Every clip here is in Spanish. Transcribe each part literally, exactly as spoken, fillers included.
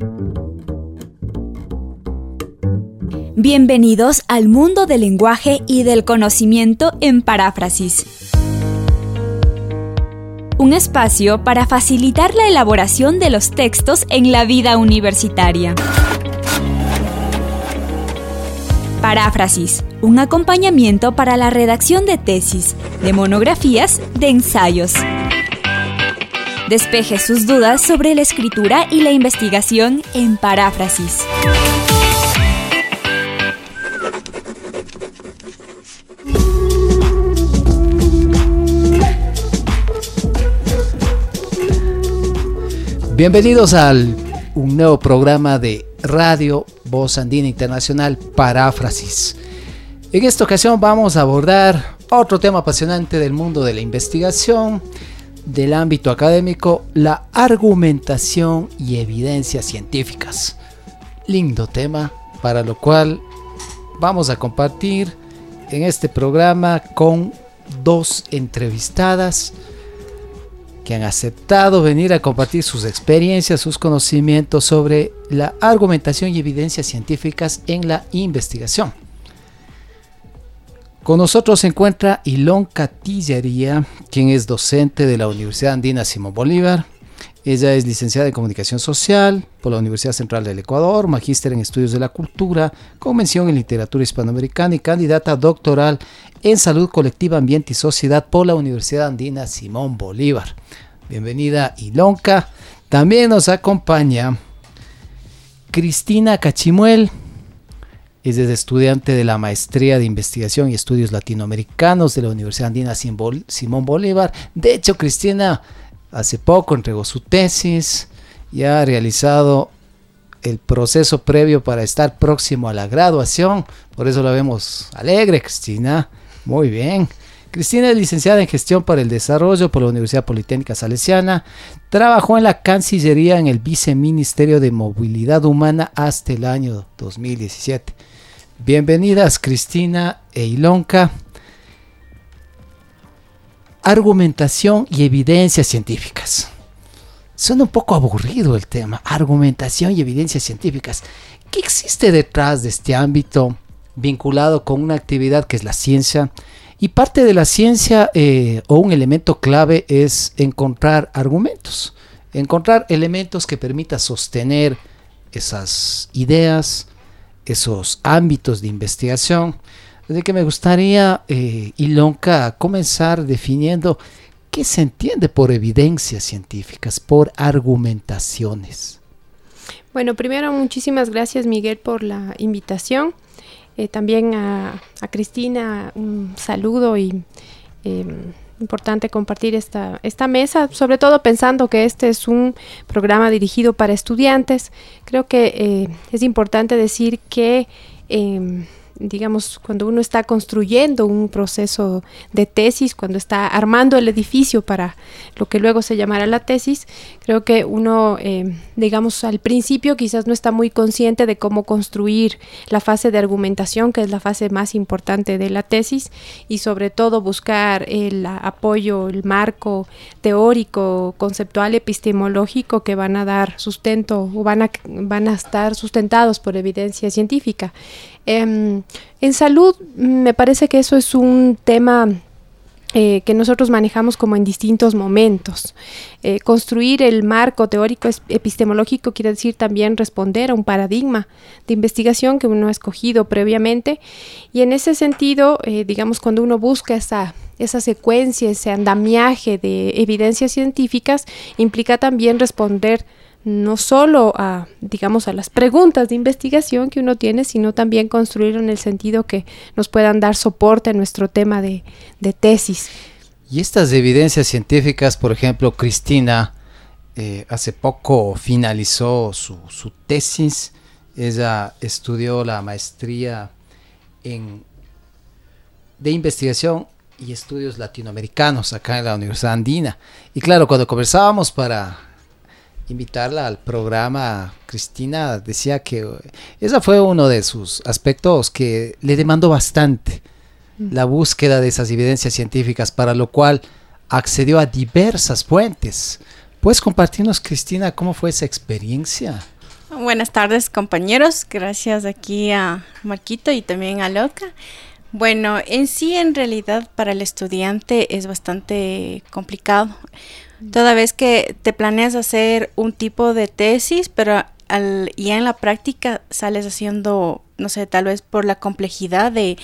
Bienvenidos al mundo del lenguaje y del conocimiento en Paráfrasis. Un espacio para facilitar la elaboración de los textos en la vida universitaria. Paráfrasis, un acompañamiento para la redacción de tesis, de monografías, de ensayos. Despeje sus dudas sobre la escritura y la investigación en Paráfrasis. Bienvenidos a un nuevo programa de Radio Voz Andina Internacional Paráfrasis. En esta ocasión vamos a abordar otro tema apasionante del mundo de la investigación, del ámbito académico, la argumentación y evidencias científicas. Lindo tema, para lo cual vamos a compartir en este programa con dos entrevistadas que han aceptado venir a compartir sus experiencias, sus conocimientos sobre la argumentación y evidencias científicas en la investigación. Con nosotros se encuentra Ilonka Tillería, quien es docente de la Universidad Andina Simón Bolívar. Ella es licenciada en Comunicación Social por la Universidad Central del Ecuador, magíster en Estudios de la Cultura, con mención en Literatura Hispanoamericana y candidata doctoral en Salud Colectiva, Ambiente y Sociedad por la Universidad Andina Simón Bolívar. Bienvenida, Ilonka. También nos acompaña Cristina Cachimuel. Ella es estudiante de la Maestría de Investigación y Estudios Latinoamericanos de la Universidad Andina Simón Bolívar. De hecho, Cristina hace poco entregó su tesis y ha realizado el proceso previo para estar próximo a la graduación. Por eso la vemos alegre, Cristina. Muy bien. Cristina es licenciada en Gestión para el Desarrollo por la Universidad Politécnica Salesiana. Trabajó en la Cancillería en el Viceministerio de Movilidad Humana hasta el año dos mil diecisiete. Bienvenidas, Cristina e Ilonka. Argumentación y evidencias científicas. Suena un poco aburrido el tema, argumentación y evidencias científicas. ¿Qué existe detrás de este ámbito vinculado con una actividad que es la ciencia? Y parte de la ciencia eh, o un elemento clave es encontrar argumentos, encontrar elementos que permitan sostener esas ideas, esos ámbitos de investigación. Así que me gustaría, eh, Ilonka, comenzar definiendo qué se entiende por evidencias científicas, por argumentaciones. Bueno, primero muchísimas gracias, Miguel, por la invitación. Eh, también a, a Cristina un saludo y eh, importante compartir esta, esta mesa, sobre todo pensando que este es un programa dirigido para estudiantes. Creo que eh, es importante decir que eh, digamos, cuando uno está construyendo un proceso de tesis, cuando está armando el edificio para lo que luego se llamará la tesis, creo que uno, eh, digamos, al principio quizás no está muy consciente de cómo construir la fase de argumentación, que es la fase más importante de la tesis, y sobre todo buscar el apoyo, el marco teórico, conceptual, epistemológico que van a dar sustento o van a, van a estar sustentados por evidencia científica. Eh, en salud me parece que eso es un tema eh, que nosotros manejamos como en distintos momentos. Eh, construir el marco teórico epistemológico quiere decir también responder a un paradigma de investigación que uno ha escogido previamente, y en ese sentido, eh, digamos, cuando uno busca esa, esa secuencia, ese andamiaje de evidencias científicas, implica también responder no solo a, digamos, a las preguntas de investigación que uno tiene, sino también construir en el sentido que nos puedan dar soporte a nuestro tema de, de tesis. Y estas evidencias científicas, por ejemplo, Cristina eh, hace poco finalizó su, su tesis. Ella estudió la maestría en, de investigación y estudios latinoamericanos acá en la Universidad Andina. Y claro, cuando conversábamos para invitarla al programa, Cristina decía que ese fue uno de sus aspectos que le demandó bastante, mm. la búsqueda de esas evidencias científicas, para lo cual accedió a diversas fuentes. ¿Puedes compartirnos, Cristina, cómo fue esa experiencia? Buenas tardes, compañeros. Gracias aquí a Marquito y también a Loca. Bueno, en sí, en realidad, para el estudiante es bastante complicado. Toda vez que te planeas hacer un tipo de tesis, pero al, ya en la práctica sales haciendo, no sé, tal vez por la complejidad de,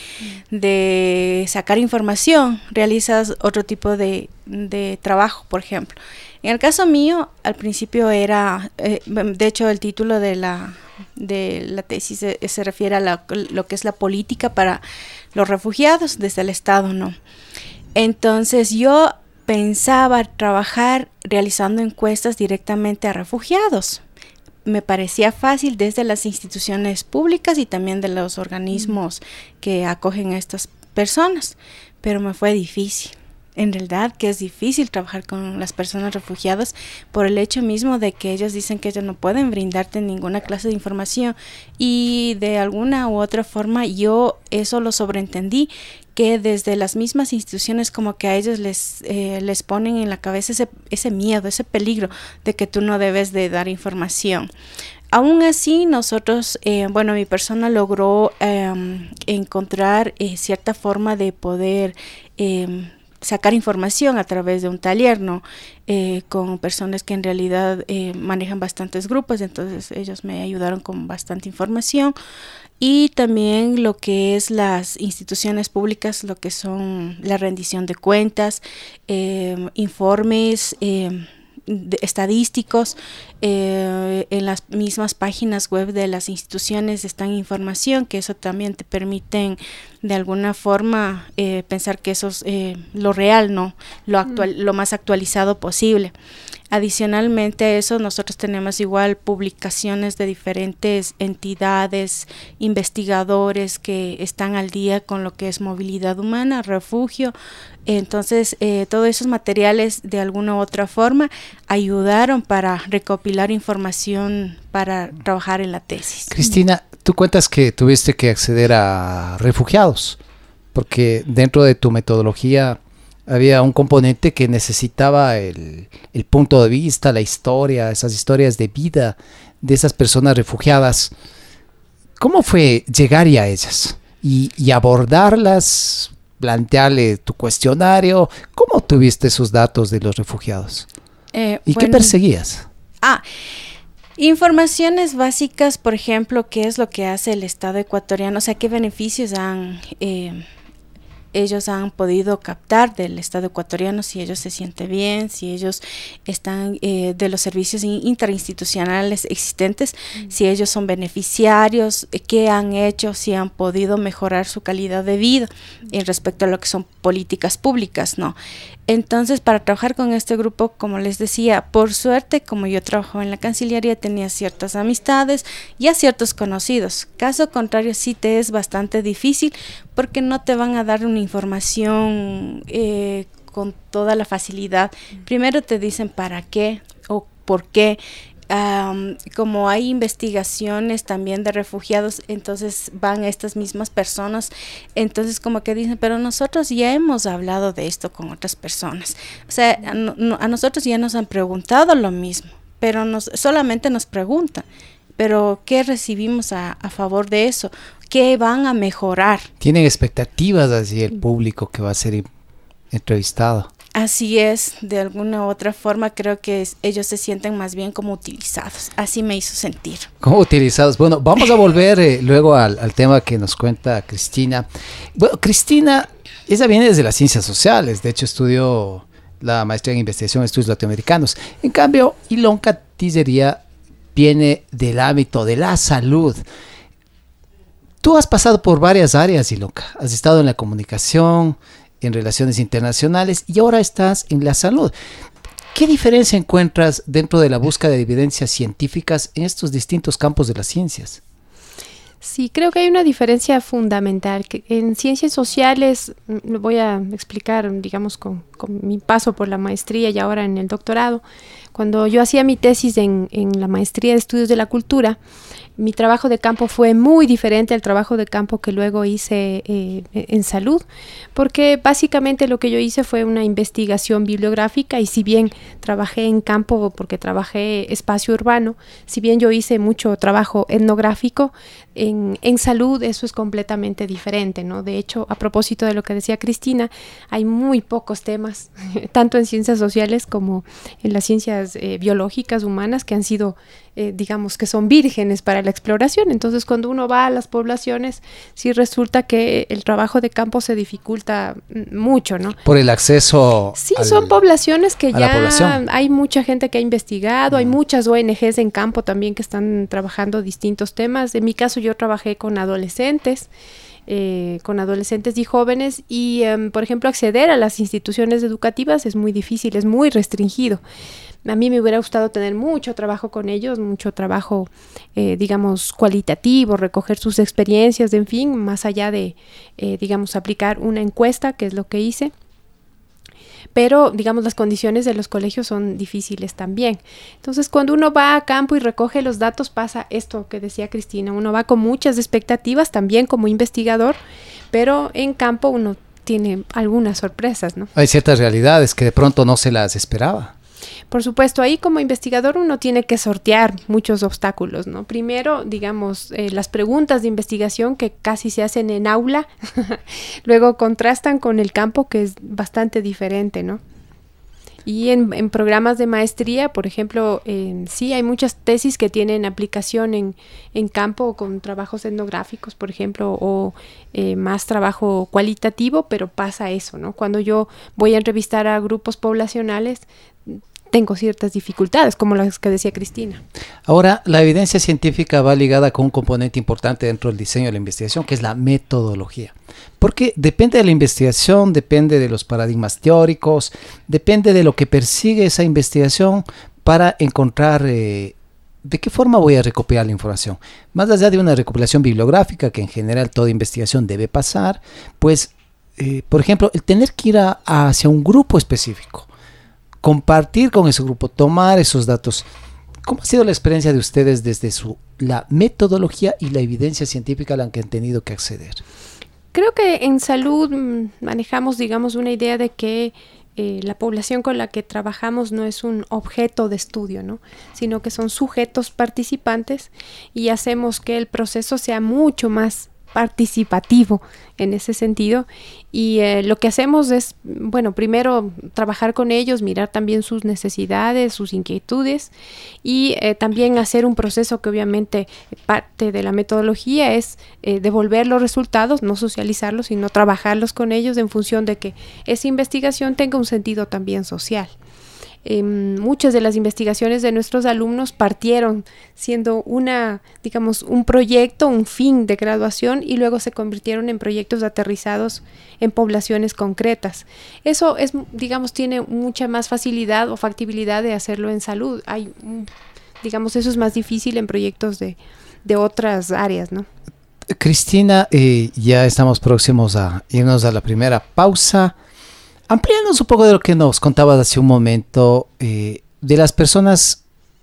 de sacar información, realizas otro tipo de, de trabajo, por ejemplo. En el caso mío, al principio era, eh, de hecho, el título de la, de la tesis se, se refiere a la, lo que es la política para los refugiados desde el Estado, ¿no? Entonces yo pensaba trabajar realizando encuestas directamente a refugiados. Me parecía fácil desde las instituciones públicas y también de los organismos que acogen a estas personas, pero me fue difícil. En realidad que es difícil trabajar con las personas refugiadas por el hecho mismo de que ellos dicen que ellos no pueden brindarte ninguna clase de información, y de alguna u otra forma yo eso lo sobreentendí, que desde las mismas instituciones como que a ellos les, eh, les ponen en la cabeza ese, ese miedo, ese peligro de que tú no debes de dar información. Aún así, nosotros, eh, bueno, mi persona logró eh, encontrar eh, cierta forma de poder eh, sacar información a través de un taller, ¿no? Eh, con personas que en realidad eh, manejan bastantes grupos, entonces ellos me ayudaron con bastante información. Y también lo que es las instituciones públicas, lo que son la rendición de cuentas, eh, informes eh, de estadísticos, eh, en las mismas páginas web de las instituciones están información, que eso también te permiten de alguna forma eh, pensar que eso es eh, lo real, ¿no? Lo actual, mm. lo más actualizado posible. Adicionalmente a eso, nosotros tenemos igual publicaciones de diferentes entidades, investigadores que están al día con lo que es movilidad humana, refugio. Entonces, eh, todos esos materiales de alguna u otra forma ayudaron para recopilar información para trabajar en la tesis. Cristina, tú cuentas que tuviste que acceder a refugiados, porque dentro de tu metodología había un componente que necesitaba el, el punto de vista, la historia, esas historias de vida de esas personas refugiadas. ¿Cómo fue llegar ya a ellas y, y abordarlas, plantearle tu cuestionario? ¿Cómo tuviste esos datos de los refugiados? Eh, ¿Y bueno, qué perseguías? Ah, informaciones básicas, por ejemplo, ¿qué es lo que hace el Estado ecuatoriano? O sea, ¿qué beneficios han... Eh, ellos han podido captar del Estado ecuatoriano, si ellos se sienten bien, si ellos están eh, de los servicios interinstitucionales existentes, mm. si ellos son beneficiarios, qué han hecho, si han podido mejorar su calidad de vida mm. en respecto a lo que son políticas públicas, ¿no? Entonces, para trabajar con este grupo, como les decía, por suerte, como yo trabajaba en la Cancillería, tenía ciertas amistades y a ciertos conocidos. Caso contrario, sí te es bastante difícil porque no te van a dar una información eh, con toda la facilidad. Primero te dicen para qué o por qué. Um, como hay investigaciones también de refugiados, entonces van estas mismas personas, entonces como que dicen, pero nosotros ya hemos hablado de esto con otras personas, o sea, a, no, a nosotros ya nos han preguntado lo mismo, pero nos, solamente nos preguntan, pero ¿qué recibimos a, a favor de eso? ¿Qué van a mejorar? ¿Tienen expectativas hacia el público que va a ser entrevistado? Así es, de alguna u otra forma creo que es, ellos se sienten más bien como utilizados, así me hizo sentir. Como utilizados. Bueno, vamos a volver eh, luego al, al tema que nos cuenta Cristina. Bueno, Cristina, ella viene desde las ciencias sociales, de hecho estudió la maestría en investigación en estudios latinoamericanos. En cambio, Ilonka Tillería viene del ámbito de la salud. Tú has pasado por varias áreas, Ilonka, has estado en la comunicación, en relaciones internacionales y ahora estás en la salud. ¿Qué diferencia encuentras dentro de la búsqueda de evidencias científicas en estos distintos campos de las ciencias? Sí, creo que hay una diferencia fundamental. Que en ciencias sociales, lo voy a explicar, digamos, con, con mi paso por la maestría y ahora en el doctorado. Cuando yo hacía mi tesis en, en la maestría de estudios de la cultura, mi trabajo de campo fue muy diferente al trabajo de campo que luego hice eh, en salud, porque básicamente lo que yo hice fue una investigación bibliográfica y si bien trabajé en campo porque trabajé espacio urbano, si bien yo hice mucho trabajo etnográfico, en, en salud eso es completamente diferente, ¿no? De hecho, a propósito de lo que decía Cristina, hay muy pocos temas, tanto en ciencias sociales como en las ciencias eh, biológicas humanas que han sido Eh, digamos que son vírgenes para la exploración. Entonces cuando uno va a las poblaciones sí resulta que el trabajo de campo se dificulta mucho, ¿no? Por el acceso sí al, son poblaciones que ya hay mucha gente que ha investigado, uh-huh. Hay muchas O N Ges en campo también que están trabajando distintos temas. En mi caso yo trabajé con adolescentes Eh, con adolescentes y jóvenes y um, por ejemplo acceder a las instituciones educativas es muy difícil, es muy restringido. A mí me hubiera gustado tener mucho trabajo con ellos, mucho trabajo eh, digamos cualitativo, recoger sus experiencias, en fin, más allá de eh, digamos aplicar una encuesta, que es lo que hice. Pero, digamos, las condiciones de los colegios son difíciles también. Entonces, cuando uno va a campo y recoge los datos, pasa esto que decía Cristina. Uno va con muchas expectativas también como investigador, pero en campo uno tiene algunas sorpresas, ¿no? Hay ciertas realidades que de pronto no se las esperaba. Por supuesto, ahí como investigador uno tiene que sortear muchos obstáculos, ¿no? Primero, digamos, eh, las preguntas de investigación que casi se hacen en aula, luego contrastan con el campo que es bastante diferente, ¿no? Y en, en programas de maestría, por ejemplo, eh, sí hay muchas tesis que tienen aplicación en, en campo con trabajos etnográficos, por ejemplo, o eh, más trabajo cualitativo, pero pasa eso, ¿no? Cuando yo voy a entrevistar a grupos poblacionales, tengo ciertas dificultades, como las que decía Cristina. Ahora, la evidencia científica va ligada con un componente importante dentro del diseño de la investigación, que es la metodología. Porque depende de la investigación, depende de los paradigmas teóricos, depende de lo que persigue esa investigación para encontrar eh, de qué forma voy a recopilar la información. Más allá de una recopilación bibliográfica, que en general toda investigación debe pasar, pues, eh, por ejemplo, el tener que ir a, hacia un grupo específico, compartir con ese grupo, tomar esos datos. ¿Cómo ha sido la experiencia de ustedes desde su, la metodología y la evidencia científica a la que han tenido que acceder? Creo que en salud mmm, manejamos, digamos, una idea de que eh, la población con la que trabajamos no es un objeto de estudio, ¿no? Sino que son sujetos participantes y hacemos que el proceso sea mucho más participativo en ese sentido y eh, lo que hacemos es, bueno, primero trabajar con ellos, mirar también sus necesidades, sus inquietudes y eh, también hacer un proceso que obviamente parte de la metodología es eh, devolver los resultados, no socializarlos, sino trabajarlos con ellos en función de que esa investigación tenga un sentido también social. Eh, muchas de las investigaciones de nuestros alumnos partieron siendo una, digamos, un proyecto, un fin de graduación y luego se convirtieron en proyectos aterrizados en poblaciones concretas. Eso es, digamos, tiene mucha más facilidad o factibilidad de hacerlo en salud. Hay, digamos, eso es más difícil en proyectos de, de otras áreas, ¿no? Cristina, eh, ya estamos próximos a irnos a la primera pausa. Amplíanos un poco de lo que nos contabas hace un momento, eh, de las personas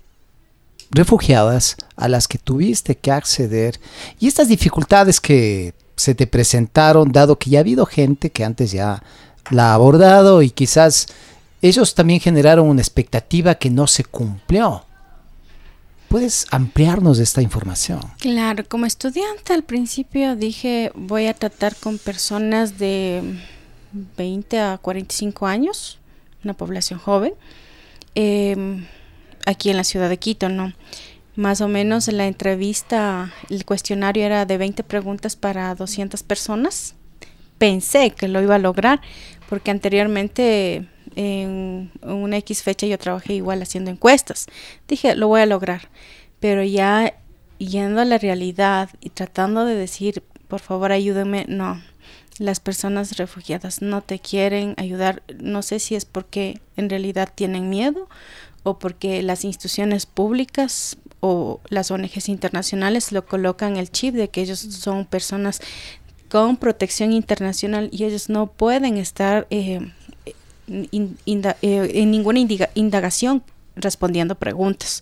refugiadas a las que tuviste que acceder y estas dificultades que se te presentaron, dado que ya ha habido gente que antes ya la ha abordado y quizás ellos también generaron una expectativa que no se cumplió. ¿Puedes ampliarnos esta información? Claro, como estudiante al principio dije voy a tratar con personas de veinte a cuarenta y cinco años, una población joven, eh, aquí en la ciudad de Quito, ¿no? Más o menos la entrevista, el cuestionario era de veinte preguntas para doscientas personas. Pensé que lo iba a lograr, porque anteriormente en una X fecha yo trabajé igual haciendo encuestas. Dije, lo voy a lograr, pero ya yendo a la realidad y tratando de decir, por favor ayúdenme, no. Las personas refugiadas no te quieren ayudar, no sé si es porque en realidad tienen miedo o porque las instituciones públicas o las O N Ges internacionales lo colocan el chip de que ellos son personas con protección internacional y ellos no pueden estar eh, in, inda, eh, en ninguna indiga, indagación respondiendo preguntas.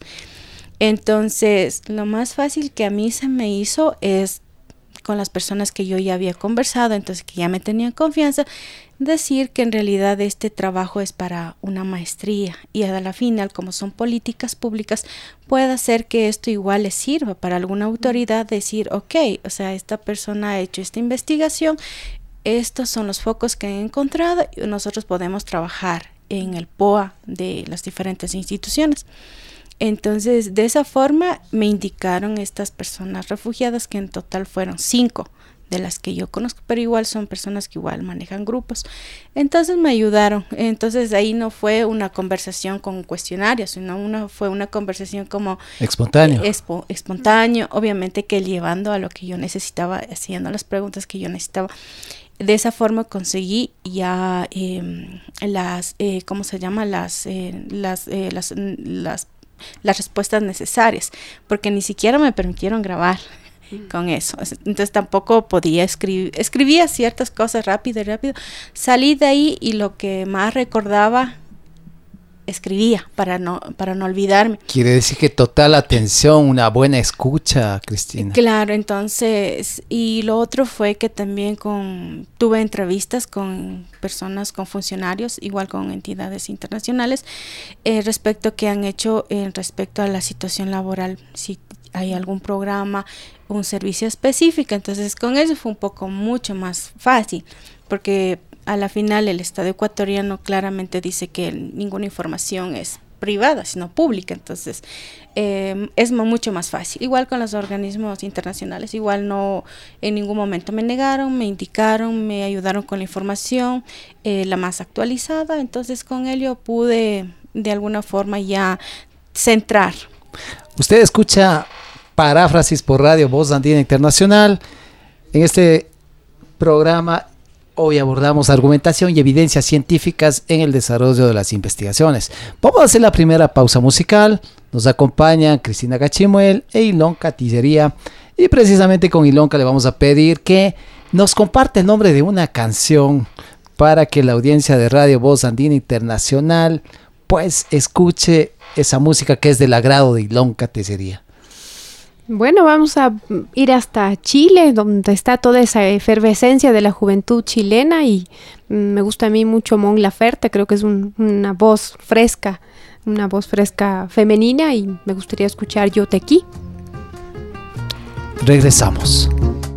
Entonces, lo más fácil que a mí se me hizo es con las personas que yo ya había conversado, entonces que ya me tenían confianza, decir que en realidad este trabajo es para una maestría y a la final, como son políticas públicas, puede ser que esto igual les sirva para alguna autoridad decir, ok, o sea, esta persona ha hecho esta investigación, estos son los focos que han encontrado y nosotros podemos trabajar en el P O A de las diferentes instituciones. Entonces, de esa forma me indicaron estas personas refugiadas, que en total fueron cinco de las que yo conozco, pero igual son personas que igual manejan grupos. Entonces me ayudaron. Entonces ahí no fue una conversación con cuestionarios, sino una, fue una conversación como espontáneo. Eh, expo, espontáneo, obviamente que llevando a lo que yo necesitaba, haciendo las preguntas que yo necesitaba. De esa forma conseguí ya eh, las, eh, ¿cómo se llama? Las, eh, las, eh, las, las las respuestas necesarias, porque ni siquiera me permitieron grabar mm. con eso, entonces tampoco podía escribir, escribía ciertas cosas rápido y rápido, salí de ahí y lo que más recordaba escribía para no, para no olvidarme. Quiere decir que total atención, una buena escucha, Cristina. Claro, entonces, y lo otro fue que también con, tuve entrevistas con personas, con funcionarios, igual con entidades internacionales, eh, respecto a qué han hecho eh, respecto a la situación laboral, si hay algún programa, un servicio específico. Entonces con eso fue un poco mucho más fácil, porque a la final el Estado ecuatoriano claramente dice que ninguna información es privada, sino pública. Entonces eh, es mucho más fácil. Igual con los organismos internacionales, igual no, en ningún momento me negaron, me indicaron, me ayudaron con la información, eh, la más actualizada. Entonces con ello pude de alguna forma ya centrar. Usted escucha Paráfrasis por Radio Voz Andina Internacional. En este programa hoy abordamos argumentación y evidencias científicas en el desarrollo de las investigaciones. Vamos a hacer la primera pausa musical. Nos acompañan Cristina Gachimuel e Ilonka Tillería. Y precisamente con Ilonka le vamos a pedir que nos comparte el nombre de una canción para que la audiencia de Radio Voz Andina Internacional pues escuche esa música que es del agrado de Ilonka Tillería. Bueno, vamos a ir hasta Chile, donde está toda esa efervescencia de la juventud chilena, y me gusta a mí mucho Mon Laferte. Creo que es un, una voz fresca, una voz fresca femenina, y me gustaría escuchar Yo Te Qui. Regresamos.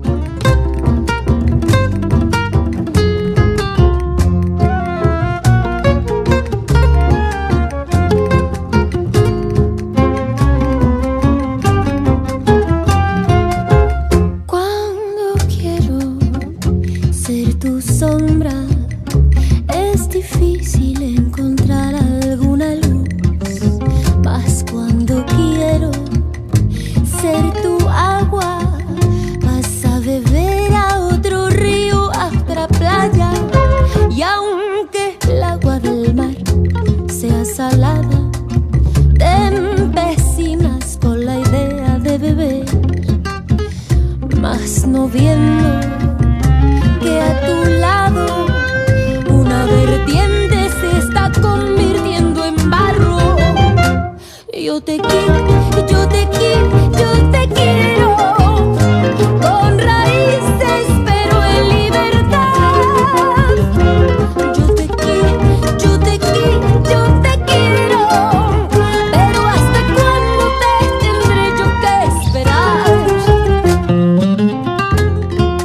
No viendo que a tu lado una vertiente se está convirtiendo en barro. Yo te quiero, yo te quiero, yo te quiero con raíces pero en libertad. Yo te quiero, yo te quiero, yo te quiero, pero hasta cuándo te tendré yo que esperar.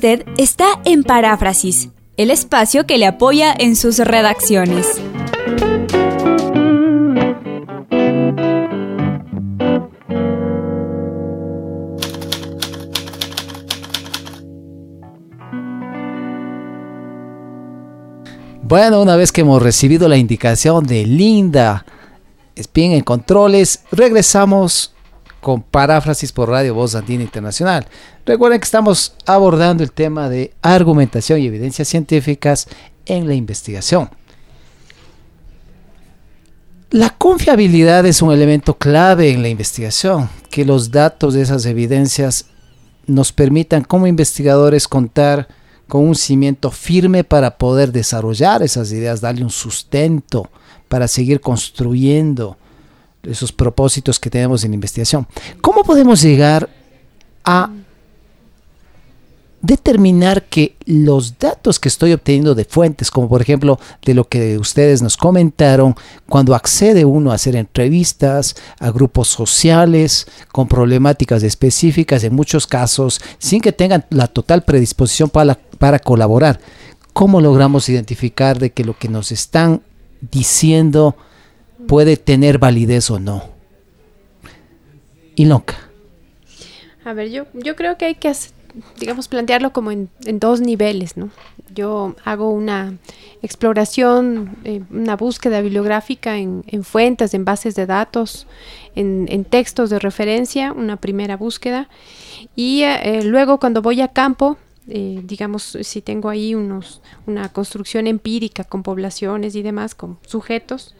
usted está en Paráfrasis, el espacio que le apoya en sus redacciones. Bueno, una vez que hemos recibido la indicación de Linda Espín en controles, regresamos con Paráfrasis por Radio Voz Andina Internacional. Recuerden que estamos abordando el tema de argumentación y evidencias científicas en la investigación. La confiabilidad es un elemento clave en la investigación, que los datos de esas evidencias nos permitan como investigadores contar con un cimiento firme para poder desarrollar esas ideas, darle un sustento para seguir construyendo esos propósitos que tenemos en la investigación. ¿Cómo podemos llegar a determinar que los datos que estoy obteniendo de fuentes, como por ejemplo de lo que ustedes nos comentaron, cuando accede uno a hacer entrevistas a grupos sociales con problemáticas específicas, en muchos casos, sin que tengan la total predisposición para, para colaborar, ¿cómo logramos identificar de que lo que nos están diciendo puede tener validez o no? Ilonka. A ver, yo, yo creo que hay que hacer, digamos, plantearlo como en, en dos niveles, ¿no? Yo hago una exploración, eh, una búsqueda bibliográfica en, en fuentes, en bases de datos, en, en textos de referencia, una primera búsqueda, y eh, luego cuando voy a campo, eh, digamos, si tengo ahí unos, una construcción empírica con poblaciones y demás, con sujetos,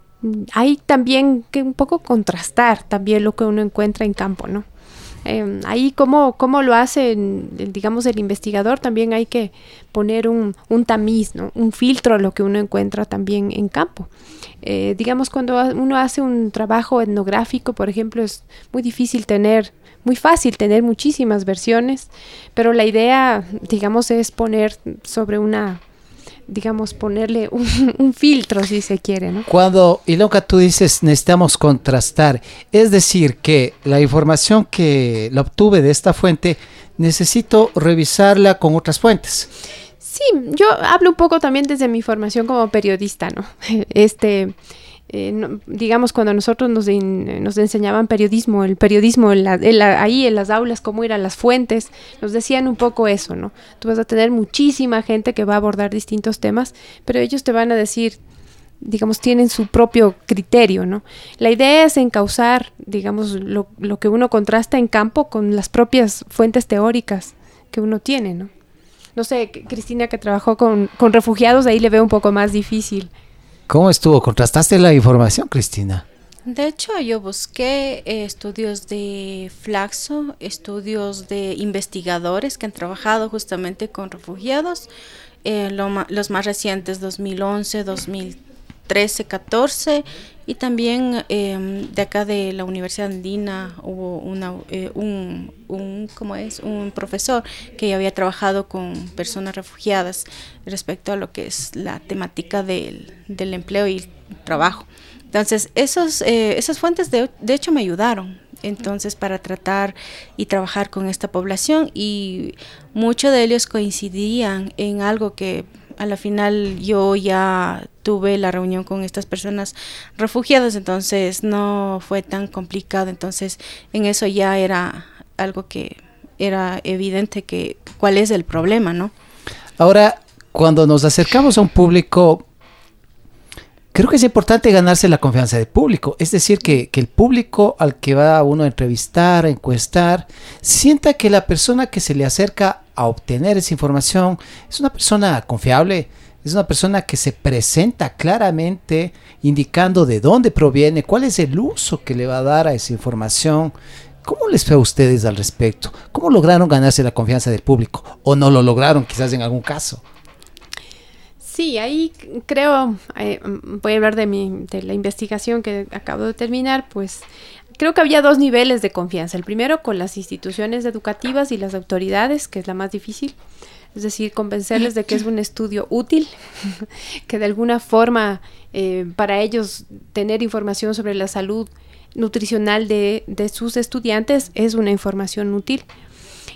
hay también que un poco contrastar también lo que uno encuentra en campo, ¿no? Eh, ahí cómo, cómo lo hace, digamos, el investigador, también hay que poner un, un tamiz, ¿no? Un filtro a lo que uno encuentra también en campo. Eh, digamos, cuando uno hace un trabajo etnográfico, por ejemplo, es muy difícil tener, muy fácil tener muchísimas versiones, pero la idea, digamos, es poner sobre una, digamos, ponerle un, un filtro, si se quiere, ¿no? Cuando, Ilonka, tú dices necesitamos contrastar, es decir, que la información que la obtuve de esta fuente, necesito revisarla con otras fuentes. Sí, yo hablo un poco también desde mi formación como periodista, ¿no? Este... Eh, no, digamos, cuando nosotros nos, in, nos enseñaban periodismo, el periodismo en la, en la, ahí en las aulas, cómo ir a las fuentes, nos decían un poco eso, ¿no? Tú vas a tener muchísima gente que va a abordar distintos temas, pero ellos te van a decir, digamos, tienen su propio criterio, ¿no? La idea es encauzar, digamos, lo, lo que uno contrasta en campo con las propias fuentes teóricas que uno tiene, ¿no? No sé, Cristina, que trabajó con, con refugiados, ahí le veo un poco más difícil. ¿Cómo estuvo? ¿Contrastaste la información, Cristina? De hecho, yo busqué eh, estudios de Flaxo, estudios de investigadores que han trabajado justamente con refugiados, eh, lo ma- los más recientes, dos mil once, dos mil trece, catorce, y también eh, de acá de la Universidad Andina hubo una, eh, un, un, ¿cómo es? un profesor que ya había trabajado con personas refugiadas respecto a lo que es la temática del, del empleo y trabajo. Entonces, esos, eh, esas fuentes de, de hecho me ayudaron entonces para tratar y trabajar con esta población, y muchos de ellos coincidían en algo que a la final yo ya tuve la reunión con estas personas refugiadas, entonces no fue tan complicado. Entonces en eso ya era algo que era evidente que cuál es el problema, ¿no? Ahora, cuando nos acercamos a un público, creo que es importante ganarse la confianza del público, es decir, que, que el público al que va uno a entrevistar, a encuestar, sienta que la persona que se le acerca a obtener esa información es una persona confiable, es una persona que se presenta claramente indicando de dónde proviene, cuál es el uso que le va a dar a esa información. ¿Cómo les fue a ustedes al respecto? ¿Cómo lograron ganarse la confianza del público? ¿O no lo lograron quizás en algún caso? Sí, ahí creo, eh, voy a hablar de, mi, de la investigación que acabo de terminar, pues creo que había dos niveles de confianza. El primero con las instituciones educativas y las autoridades, que es la más difícil, es decir, convencerles de que es un estudio útil, que de alguna forma eh, para ellos tener información sobre la salud nutricional de, de sus estudiantes es una información útil.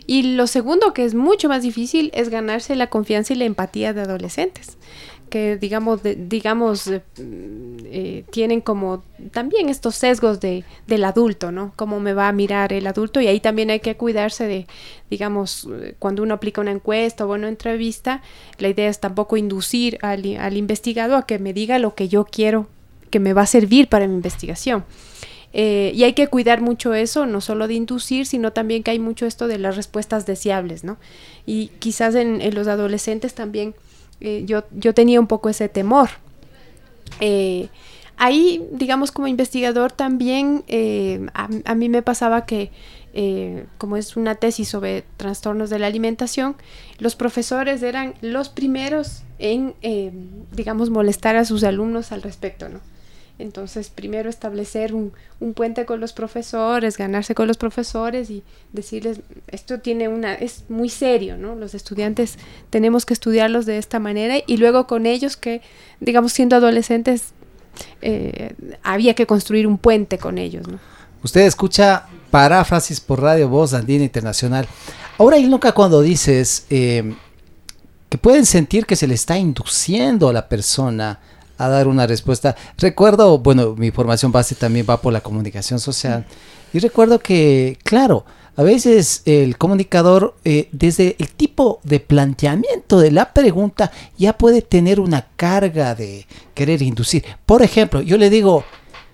Y lo segundo, que es mucho más difícil, es ganarse la confianza y la empatía de adolescentes, que digamos, de, digamos eh, eh, tienen como también estos sesgos de, del adulto, ¿no? Cómo me va a mirar el adulto, y ahí también hay que cuidarse de, digamos, cuando uno aplica una encuesta o una entrevista, la idea es tampoco inducir al, al investigado a que me diga lo que yo quiero, que me va a servir para mi investigación. Eh, y hay que cuidar mucho eso, no solo de inducir, sino también que hay mucho esto de las respuestas deseables, ¿no? Y quizás en, en los adolescentes también eh, yo, yo tenía un poco ese temor. Eh, ahí, digamos, como investigador también eh, a, a mí me pasaba que, eh, como es una tesis sobre trastornos de la alimentación, los profesores eran los primeros en, eh, digamos, molestar a sus alumnos al respecto, ¿no? Entonces, primero establecer un, un puente con los profesores, ganarse con los profesores y decirles, esto tiene una, es muy serio, ¿no? Los estudiantes tenemos que estudiarlos de esta manera, y luego con ellos que, digamos, siendo adolescentes, eh, había que construir un puente con ellos, ¿no? Usted escucha Paráfrasis por Radio Voz Andina Internacional. Ahora, Ilonka, cuando dices eh, que pueden sentir que se le está induciendo a la persona a dar una respuesta. Recuerdo, bueno, mi formación base también va por la comunicación social, y recuerdo que, claro, a veces el comunicador, eh, desde el tipo de planteamiento de la pregunta, ya puede tener una carga de querer inducir. Por ejemplo, yo le digo,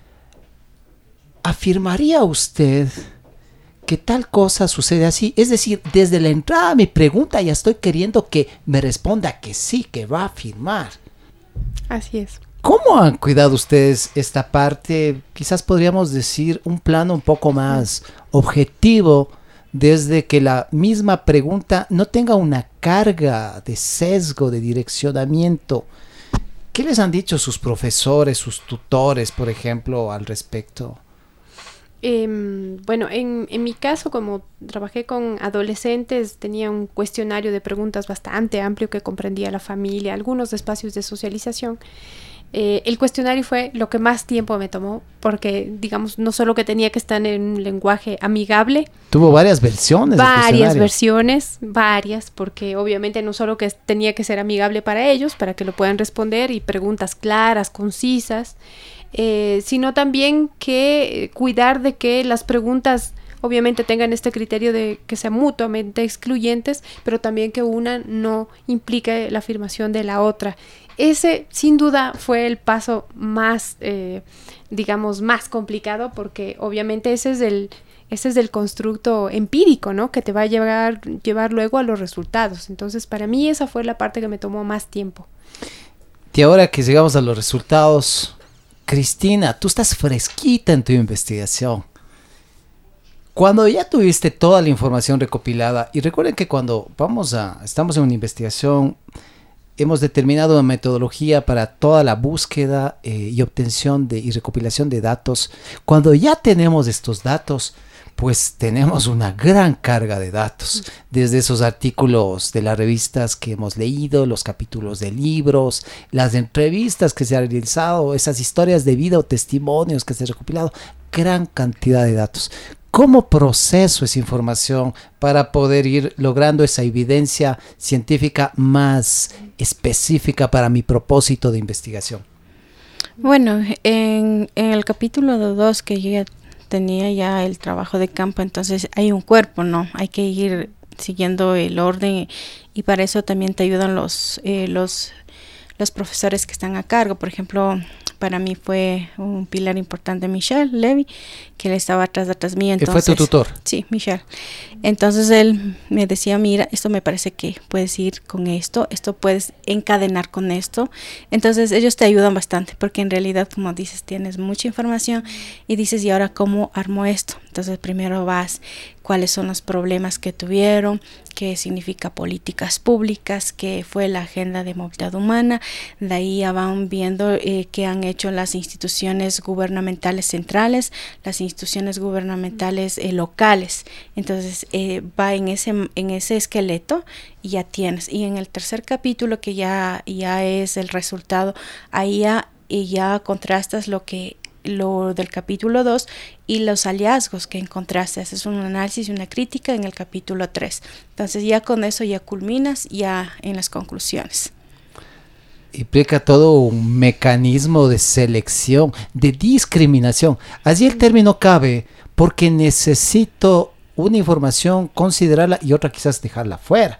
¿afirmaría usted que tal cosa sucede así? Es decir, desde la entrada a mi pregunta ya estoy queriendo que me responda que sí, que va a afirmar. Así es. ¿Cómo han cuidado ustedes esta parte? Quizás podríamos decir un plano un poco más objetivo, desde que la misma pregunta no tenga una carga de sesgo, de direccionamiento. ¿Qué les han dicho sus profesores, sus tutores, por ejemplo, al respecto? Eh, bueno, en, en mi caso, como trabajé con adolescentes, tenía un cuestionario de preguntas bastante amplio que comprendía la familia, algunos espacios de socialización. Eh, el cuestionario fue lo que más tiempo me tomó, porque, digamos, no solo que tenía que estar en un lenguaje amigable. Tuvo varias versiones. Varias versiones, varias, porque obviamente no solo que tenía que ser amigable para ellos, para que lo puedan responder, y preguntas claras, concisas, eh, sino también que cuidar de que las preguntas obviamente tengan este criterio de que sean mutuamente excluyentes, pero también que una no implique la afirmación de la otra. Ese, sin duda, fue el paso más, eh, digamos, más complicado, porque obviamente ese es el, ese es el constructo empírico, ¿no? Que te va a llevar, llevar luego a los resultados. Entonces, para mí esa fue la parte que me tomó más tiempo. Y ahora que llegamos a los resultados, Cristina, tú estás fresquita en tu investigación. Cuando ya tuviste toda la información recopilada, y recuerden que cuando vamos a, estamos en una investigación, hemos determinado una metodología para toda la búsqueda eh, y obtención de, y recopilación de datos. Cuando ya tenemos estos datos, pues tenemos una gran carga de datos, desde esos artículos de las revistas que hemos leído, los capítulos de libros, las entrevistas que se han realizado, esas historias de vida o testimonios que se han recopilado, gran cantidad de datos. ¿Cómo proceso esa información para poder ir logrando esa evidencia científica más específica para mi propósito de investigación? Bueno, en, en el capítulo dos, que yo ya tenía ya el trabajo de campo, entonces hay un cuerpo, ¿no? Hay que ir siguiendo el orden, y para eso también te ayudan los, eh, los, los profesores que están a cargo. Por ejemplo, para mí fue un pilar importante Michel Levy, que él estaba atrás de atrás mío. Entonces, ¿fue tu tutor? Sí, Michel. Entonces él me decía, mira, esto me parece que puedes ir con esto, esto puedes encadenar con esto. Entonces ellos te ayudan bastante, porque en realidad, como dices, tienes mucha información y dices, ¿y ahora cómo armo esto? Entonces primero vas, cuáles son los problemas que tuvieron, qué significa políticas públicas, qué fue la agenda de movilidad humana. De ahí ya van viendo eh, qué han hecho las instituciones gubernamentales centrales, las instituciones gubernamentales eh, locales. Entonces eh, va en ese, en ese esqueleto y ya tienes. Y en el tercer capítulo, que ya, ya es el resultado, ahí ya, y ya contrastas lo que lo del capítulo dos y los hallazgos que encontraste. Haces un análisis y una crítica en el capítulo tres. Entonces ya con eso ya culminas ya en las conclusiones. Implica todo un mecanismo de selección, de discriminación. Allí el término cabe porque necesito una información, considerarla y otra quizás dejarla fuera.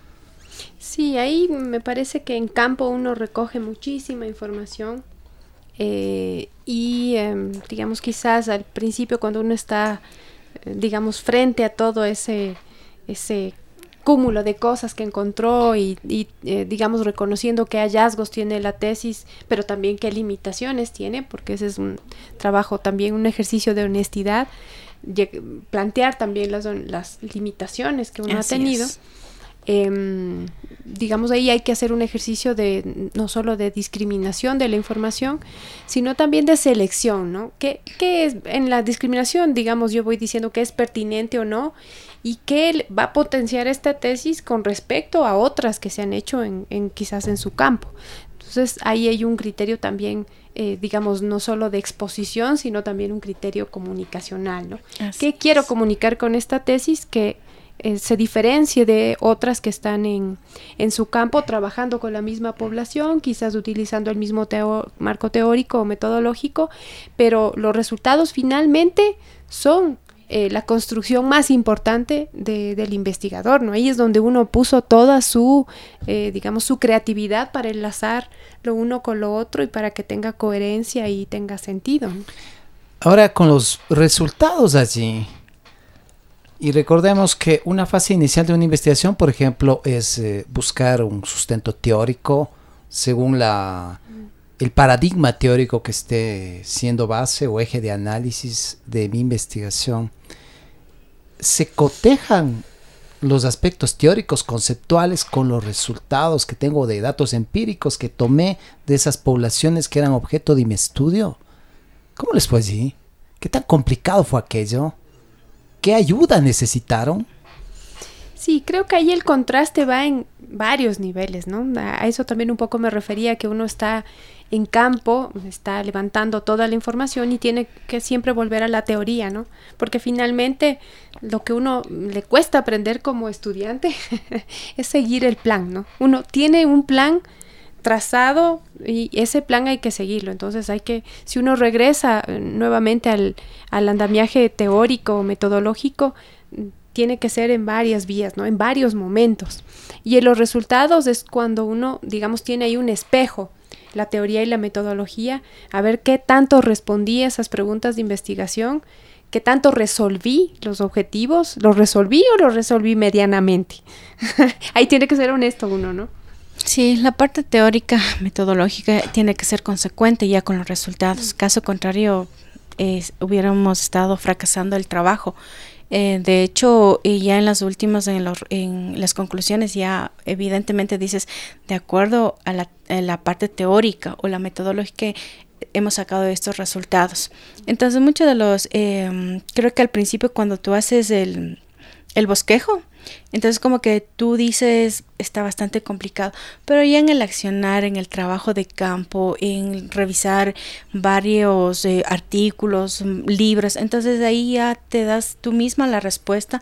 Sí, ahí me parece que en campo uno recoge muchísima información eh, y eh, digamos quizás al principio cuando uno está eh, digamos frente a todo ese ese cúmulo de cosas que encontró y, y eh, digamos reconociendo qué hallazgos tiene la tesis, pero también qué limitaciones tiene, porque ese es un trabajo también, un ejercicio de honestidad, plantear también las, las limitaciones que uno Así ha tenido. Eh, digamos ahí hay que hacer un ejercicio de no solo de discriminación de la información, sino también de selección, ¿no? ¿Qué, qué es en la discriminación? Digamos, yo voy diciendo que es pertinente o no y qué va a potenciar esta tesis con respecto a otras que se han hecho en, en quizás en su campo. Entonces ahí hay un criterio también, eh, digamos, no solo de exposición, sino también un criterio comunicacional, ¿no? Así ¿Qué es. quiero comunicar con esta tesis? Que Eh, se diferencie de otras que están en, en su campo trabajando con la misma población, quizás utilizando el mismo teo- marco teórico o metodológico, pero los resultados finalmente son eh, la construcción más importante de, del investigador, ¿no? Ahí es donde uno puso toda su, eh, digamos, su creatividad para enlazar lo uno con lo otro y para que tenga coherencia y tenga sentido, ¿no? Ahora con los resultados allí. Y recordemos que una fase inicial de una investigación, por ejemplo, es eh, buscar un sustento teórico según la, el paradigma teórico que esté siendo base o eje de análisis de mi investigación. Se cotejan los aspectos teóricos, conceptuales con los resultados que tengo de datos empíricos que tomé de esas poblaciones que eran objeto de mi estudio. ¿Cómo les fue allí? ¿Qué tan complicado fue aquello? ¿Qué ayuda necesitaron? Sí, creo que ahí el contraste va en varios niveles, ¿no? A eso también un poco me refería, que uno está en campo, está levantando toda la información y tiene que siempre volver a la teoría, ¿no? Porque finalmente lo que uno le cuesta aprender como estudiante es seguir el plan, ¿no? Uno tiene un plan trazado y ese plan hay que seguirlo. Entonces hay que, si uno regresa nuevamente al, al andamiaje teórico o metodológico, tiene que ser en varias vías, ¿no? En varios momentos. Y en los resultados es cuando uno, digamos, tiene ahí un espejo, la teoría y la metodología, a ver qué tanto respondí a esas preguntas de investigación, qué tanto resolví los objetivos, los resolví o los resolví medianamente. Ahí tiene que ser honesto uno, ¿no? Sí, la parte teórica, metodológica tiene que ser consecuente ya con los resultados. Caso contrario, eh, hubiéramos estado fracasando el trabajo. Eh, de hecho, y ya en las últimas, en, los, en las conclusiones, ya evidentemente dices, de acuerdo a la, a la parte teórica o la metodológica, hemos sacado estos resultados. Entonces, muchos de los, eh, creo que al principio cuando tú haces el, el bosquejo, entonces como que tú dices, está bastante complicado, pero ya en el accionar, en el trabajo de campo, en revisar varios eh, artículos, libros, entonces ahí ya te das tú misma la respuesta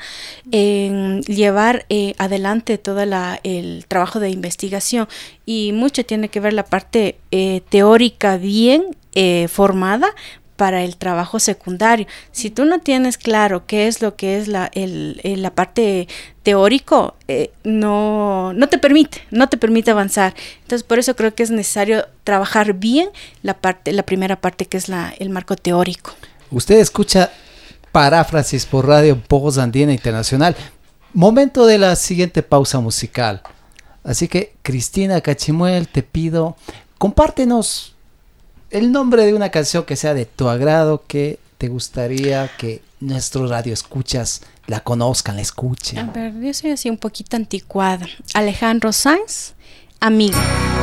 en llevar eh, adelante todo la, el trabajo de investigación. Y mucho tiene que ver la parte eh, teórica bien eh, formada para el trabajo secundario. Si tú no tienes claro qué es lo que es la, el, el, la parte teórico, eh, no, no te permite, no te permite avanzar. Entonces, por eso creo que es necesario trabajar bien la parte, la primera parte, que es la, el marco teórico. Usted escucha Paráfrasis por Radio Voz Andina Internacional. Momento de la siguiente pausa musical. Así que, Cristina Cachimuel, te pido, compártenos el nombre de una canción que sea de tu agrado, que te gustaría que nuestros radioescuchas la conozcan, la escuchen. A ver, yo soy así un poquito anticuada. Alejandro Sanz, Amiga.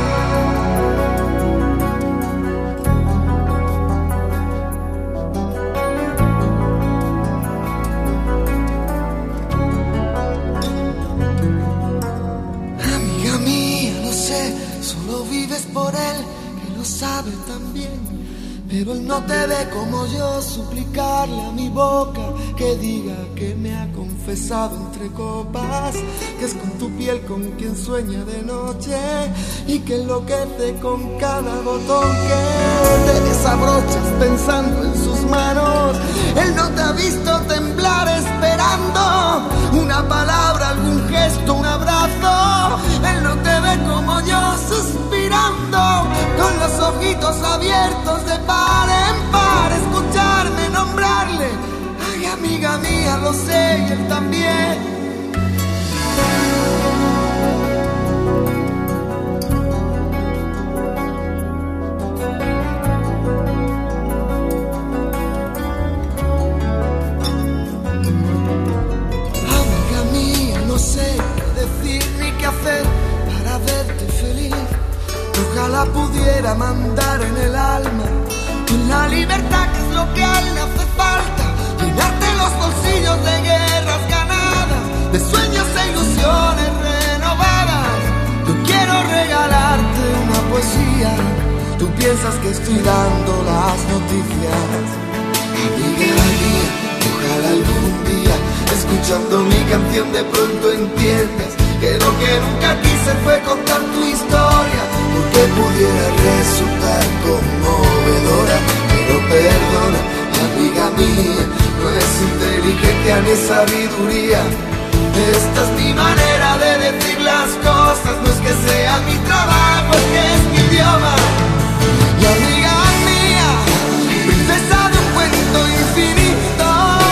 Amiga mía, lo sé, solo vives por él, que lo sabe también. Pero él no te ve como yo, suplicarle a mi boca que diga que me ha confesado entre copas, que es con tu piel con quien sueña de noche y que enloquece con cada botón que te desabrochas pensando en sus manos. Él no te ha visto temblar esperando una palabra, algún gesto, un abrazo. Él no te ve como yo suspirando con los ojitos abiertos de par en par, escucharme nombrarle. Ay, amiga mía, lo sé y él también. Amiga mía, no sé qué decir ni qué hacer para verte feliz. Ojalá pudiera mandar en el alma la libertad, que es lo que a él le hace falta, llenarte los bolsillos de guerras ganadas, de sueños e ilusiones renovadas. Yo quiero regalarte una poesía, tú piensas que estoy dando las noticias. Amiga mía, ojalá algún día, escuchando mi canción, de pronto entiendas que lo que nunca quise fue contar tu historia, porque pudiera resultar conmovedora. Pero perdona, amiga mía, no es inteligencia ni sabiduría. Esta es mi manera de decir las cosas, no es que sea mi trabajo, es que es mi idioma. Y amiga mía, princesa de un cuento infinito,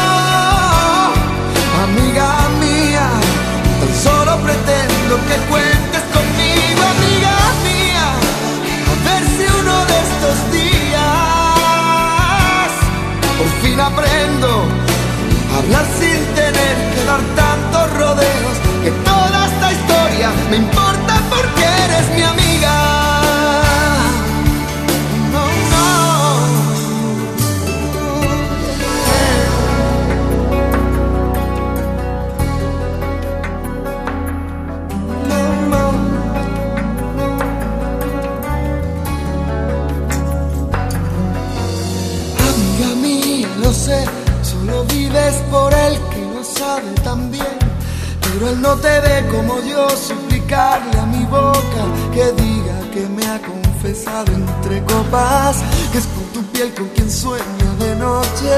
amiga mía, tan solo pretendo que cuentes conmigo, amiga mía, a ver si uno de estos días por fin aprendo a hablar sin tener que dar tantos rodeos, que toda esta historia me importa porque eres mi amiga. No, amiga mía, lo sé, solo vives por él, que lo sabe también. Pero él no te ve como yo, suplicarle a mi boca que diga que me ha confesado entre copas, que es con tu piel con quien sueña de noche.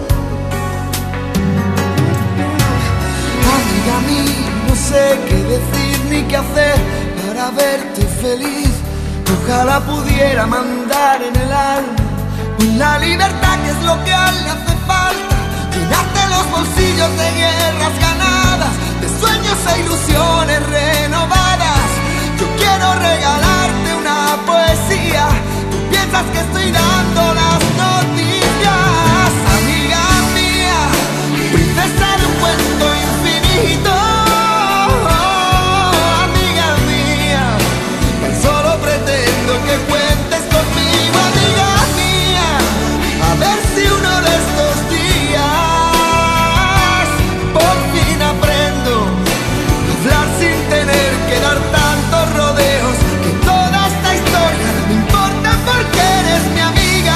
Amiga mía, no sé qué decir ni qué hacer para verte feliz. Ojalá pudiera mandar en el alma la libertad, que es lo que a él le hace falta, llenarte los bolsillos de guerras ganadas, de sueños e ilusiones renovadas. Yo quiero regalarte una poesía, tú piensas que estoy dando las noticias. Amiga mía, princesa de un cuento infinito, amiga mía, tan solo pretendo que cuentes conmigo, amiga mía, a ver si uno de estos días por fin aprendo a hablar sin tener que dar tantos rodeos, que toda esta historia me importa porque eres mi amiga.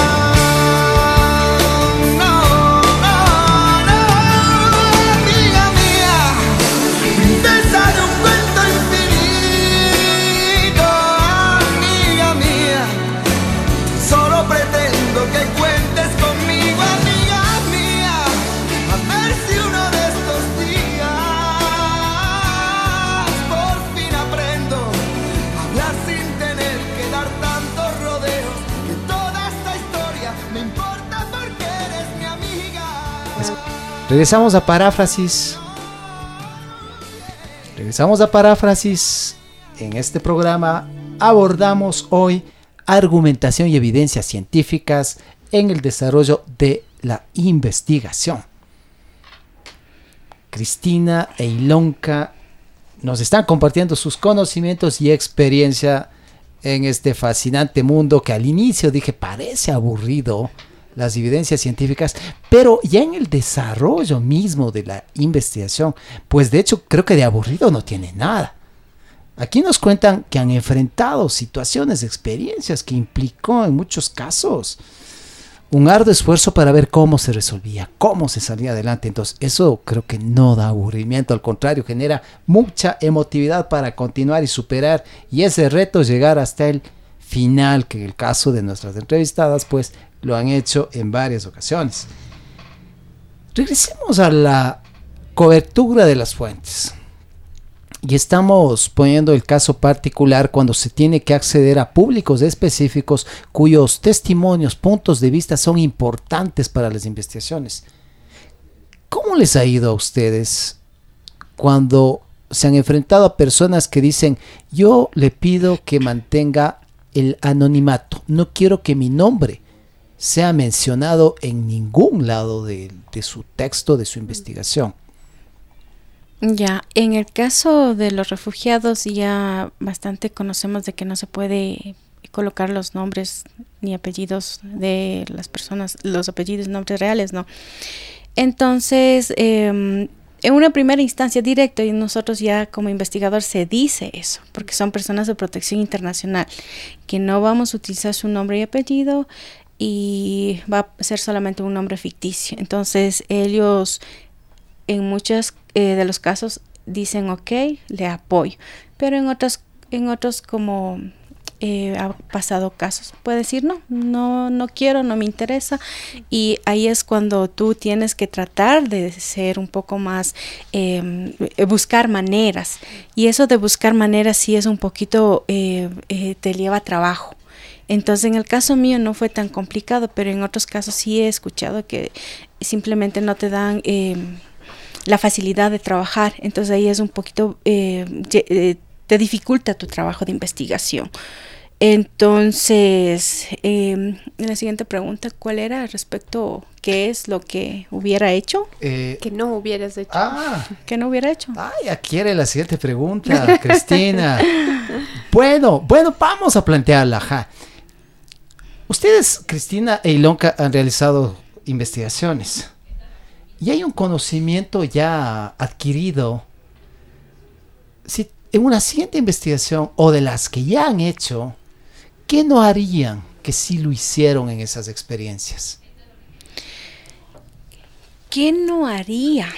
No, no, no, amiga mía, princesa de un cuento infinito, amiga mía, solo pretendo que cuentes conmigo, amiga mía, a ver si uno de estos días por fin aprendo a hablar sin tener que dar tantos rodeos, que toda esta historia me importa porque eres mi amiga. Regresamos a paráfrasis. Regresamos a paráfrasis. En este programa abordamos hoy argumentación y evidencias científicas en el desarrollo de la investigación. Cristina e Ilonka nos están compartiendo sus conocimientos y experiencia en este fascinante mundo que al inicio dije parece aburrido, las evidencias científicas, pero ya en el desarrollo mismo de la investigación, pues de hecho creo que de aburrido no tiene nada. Aquí nos cuentan que han enfrentado situaciones, experiencias que implicó en muchos casos un arduo esfuerzo para ver cómo se resolvía, cómo se salía adelante. Entonces, eso creo que no da aburrimiento, al contrario, genera mucha emotividad para continuar y superar, y ese reto llegar hasta el final, que en el caso de nuestras entrevistadas, pues lo han hecho en varias ocasiones. Regresemos a la cobertura de las fuentes. Y estamos poniendo el caso particular cuando se tiene que acceder a públicos específicos cuyos testimonios, puntos de vista son importantes para las investigaciones. ¿Cómo les ha ido a ustedes cuando se han enfrentado a personas que dicen: yo le pido que mantenga el anonimato, no quiero que mi nombre sea mencionado en ningún lado de, de su texto, de su investigación? Ya, en el caso de los refugiados ya bastante conocemos de que no se puede colocar los nombres ni apellidos de las personas, los apellidos, nombres reales, ¿no? Entonces, eh, en una primera instancia directa, y nosotros ya como investigador se dice eso, porque son personas de protección internacional, que no vamos a utilizar su nombre y apellido y va a ser solamente un nombre ficticio. Entonces, ellos en muchos eh, de los casos dicen ok, le apoyo, pero en otros, en otros como eh, ha pasado casos, puede decir no, no, no quiero, no me interesa, y ahí es cuando tú tienes que tratar de ser un poco más, eh, buscar maneras, y eso de buscar maneras sí es un poquito, eh, eh, te lleva trabajo. Entonces, en el caso mío no fue tan complicado, pero en otros casos sí he escuchado que simplemente no te dan eh, la facilidad de trabajar. Entonces ahí es un poquito, eh, eh, te dificulta tu trabajo de investigación. Entonces, eh, la siguiente pregunta, ¿cuál era respecto qué es lo que hubiera hecho? Eh, Que no hubieras hecho. ah, ¿Qué no hubiera hecho? ah, ya quiere la siguiente pregunta, Cristina. Bueno, bueno, vamos a plantearla. Ajá. Ustedes, Cristina e Ilonka, han realizado investigaciones y hay un conocimiento ya adquirido. Si en una siguiente investigación o de las que ya han hecho, ¿qué no harían que sí lo hicieron en esas experiencias? ¿Qué no haría?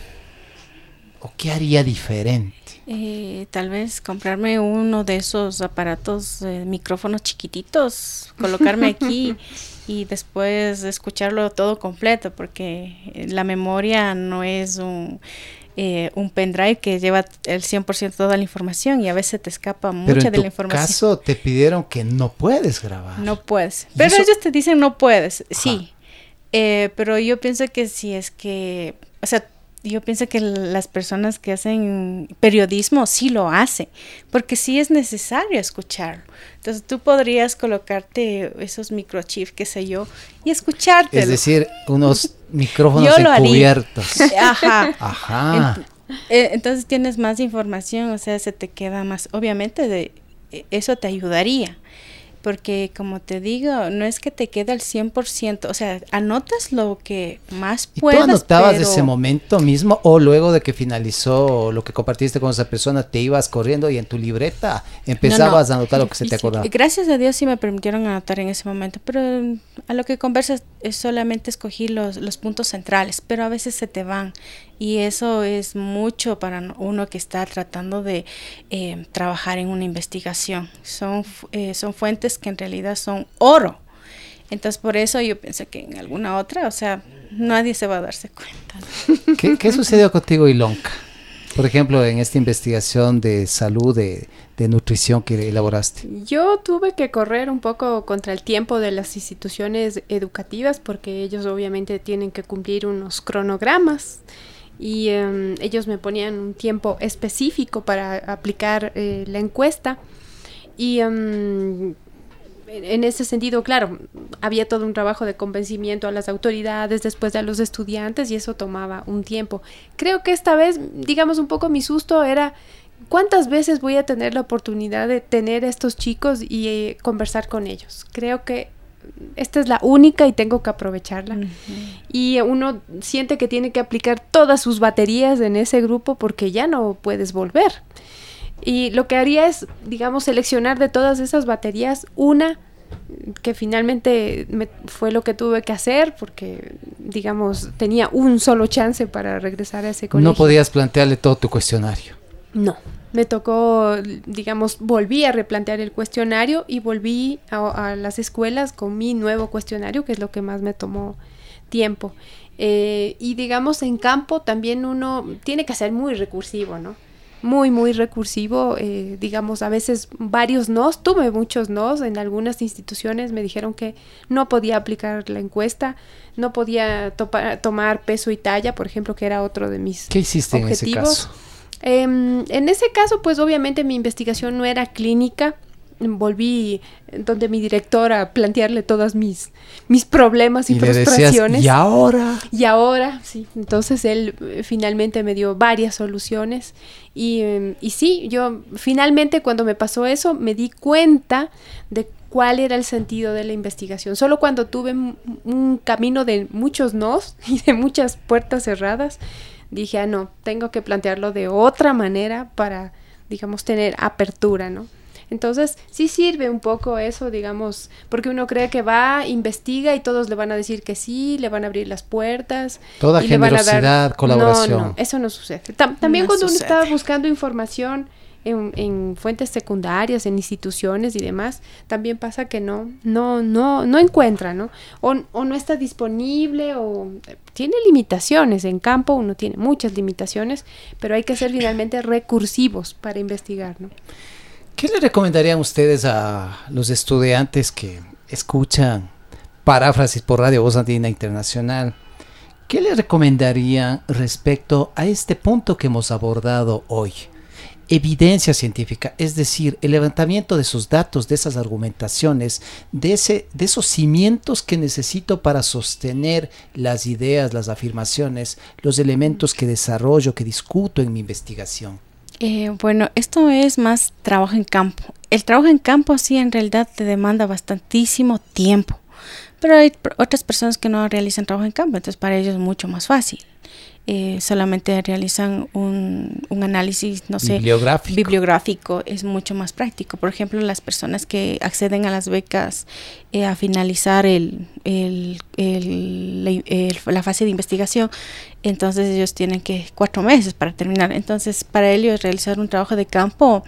¿O qué haría diferente? Eh, tal vez comprarme uno de esos aparatos, eh, micrófonos chiquititos, colocarme aquí y después escucharlo todo completo, porque la memoria no es un, eh, un pendrive que lleva el cien por ciento toda la información, y a veces te escapa mucha de la información. Pero en tu caso te pidieron que no puedes grabar. No puedes. Pero eso? ellos te dicen no puedes, Ajá. sí. Eh, pero yo pienso que si es que, o sea, yo pienso que las personas que hacen periodismo sí lo hacen, porque sí es necesario escucharlo. Entonces tú podrías colocarte esos microchips, qué sé yo, y escuchártelo. Es decir, unos micrófonos Yo lo haría. encubiertos. Ajá. Ajá. Ent- eh, entonces tienes más información, o sea, se te queda más. Obviamente de, eh, eso te ayudaría. Porque como te digo, no es que te quede al cien por ciento, o sea, anotas lo que más ¿Y puedas. tú anotabas pero... de ese momento mismo o luego de que finalizó lo que compartiste con esa persona, te ibas corriendo y en tu libreta empezabas No, no. a anotar lo que se te acordaba? Gracias a Dios sí me permitieron anotar en ese momento, pero mm, a lo que conversas es solamente escogí los, los puntos centrales, pero a veces se te van, y eso es mucho para uno que está tratando de eh, trabajar en una investigación. Son, eh, son fuentes que en realidad son oro. Entonces por eso yo pensé que en alguna otra, o sea, nadie se va a darse cuenta, ¿no? ¿Qué, qué sucedió contigo, Ilonka? Por ejemplo, en esta investigación de salud, de, de nutrición que elaboraste. Yo tuve que correr un poco contra el tiempo de las instituciones educativas, porque ellos obviamente tienen que cumplir unos cronogramas, y um, ellos me ponían un tiempo específico para aplicar eh, la encuesta, y um, en ese sentido, claro, había todo un trabajo de convencimiento a las autoridades, después a los estudiantes, y eso tomaba un tiempo. Creo que esta vez, digamos, un poco mi susto era ¿cuántas veces voy a tener la oportunidad de tener a estos chicos y eh, conversar con ellos? Creo que esta es la única y tengo que aprovecharla. Uh-huh. Y uno siente que tiene que aplicar todas sus baterías en ese grupo porque ya no puedes volver. Y lo que haría es, digamos, seleccionar de todas esas baterías una que finalmente me, fue lo que tuve que hacer porque, digamos, tenía un solo chance para regresar a ese colegio. No podías plantearle todo tu cuestionario. No, me tocó, digamos, volví a replantear el cuestionario y volví a, a las escuelas con mi nuevo cuestionario, que es lo que más me tomó tiempo. Eh, y digamos, en campo también uno tiene que ser muy recursivo, ¿no? Muy, muy recursivo, eh, digamos, a veces varios nos, tuve muchos nos, en algunas instituciones me dijeron que no podía aplicar la encuesta, no podía topa, tomar peso y talla, por ejemplo, que era otro de mis ¿Qué hiciste objetivos. en ese caso? Eh, en ese caso, pues obviamente mi investigación no era clínica, volví donde mi directora a plantearle todos mis, mis problemas y, y frustraciones. Le decías, ¿y ahora? Y ahora, sí. Entonces él eh, finalmente me dio varias soluciones y, eh, y sí, yo finalmente cuando me pasó eso me di cuenta de cuál era el sentido de la investigación. Solo cuando tuve m- un camino de muchos nos y de muchas puertas cerradas, dije, ah, no, tengo que plantearlo de otra manera para, digamos, tener apertura, ¿no? Entonces, sí sirve un poco eso, digamos, porque uno cree que va, investiga y todos le van a decir que sí, le van a abrir las puertas. Toda y generosidad, le van a dar... colaboración. No, no, eso no sucede. Tam- también No cuando sucede. uno está buscando información en, en fuentes secundarias, en instituciones y demás, también pasa que no, no, no, no encuentra, ¿no? O, o no está disponible o tiene limitaciones. En campo uno tiene muchas limitaciones, pero hay que ser finalmente recursivos para investigar, ¿no? ¿Qué le recomendarían ustedes a los estudiantes que escuchan Paráfrasis por Radio Voz Andina Internacional? ¿Qué le recomendarían respecto a este punto que hemos abordado hoy? Evidencia científica, es decir, el levantamiento de esos datos, de esas argumentaciones, de, ese, de esos cimientos que necesito para sostener las ideas, las afirmaciones, los elementos que desarrollo, que discuto en mi investigación. Eh, bueno, esto es más trabajo en campo. El trabajo en campo sí en realidad te demanda bastantísimo tiempo, pero hay pr- otras personas que no realizan trabajo en campo, entonces para ellos es mucho más fácil. Eh, solamente realizan un, un análisis, no sé, bibliográfico. bibliográfico, es mucho más práctico. Por ejemplo, las personas que acceden a las becas eh, a finalizar el, el, el, la, el, la fase de investigación, entonces ellos tienen que cuatro meses para terminar. Entonces, para ellos realizar un trabajo de campo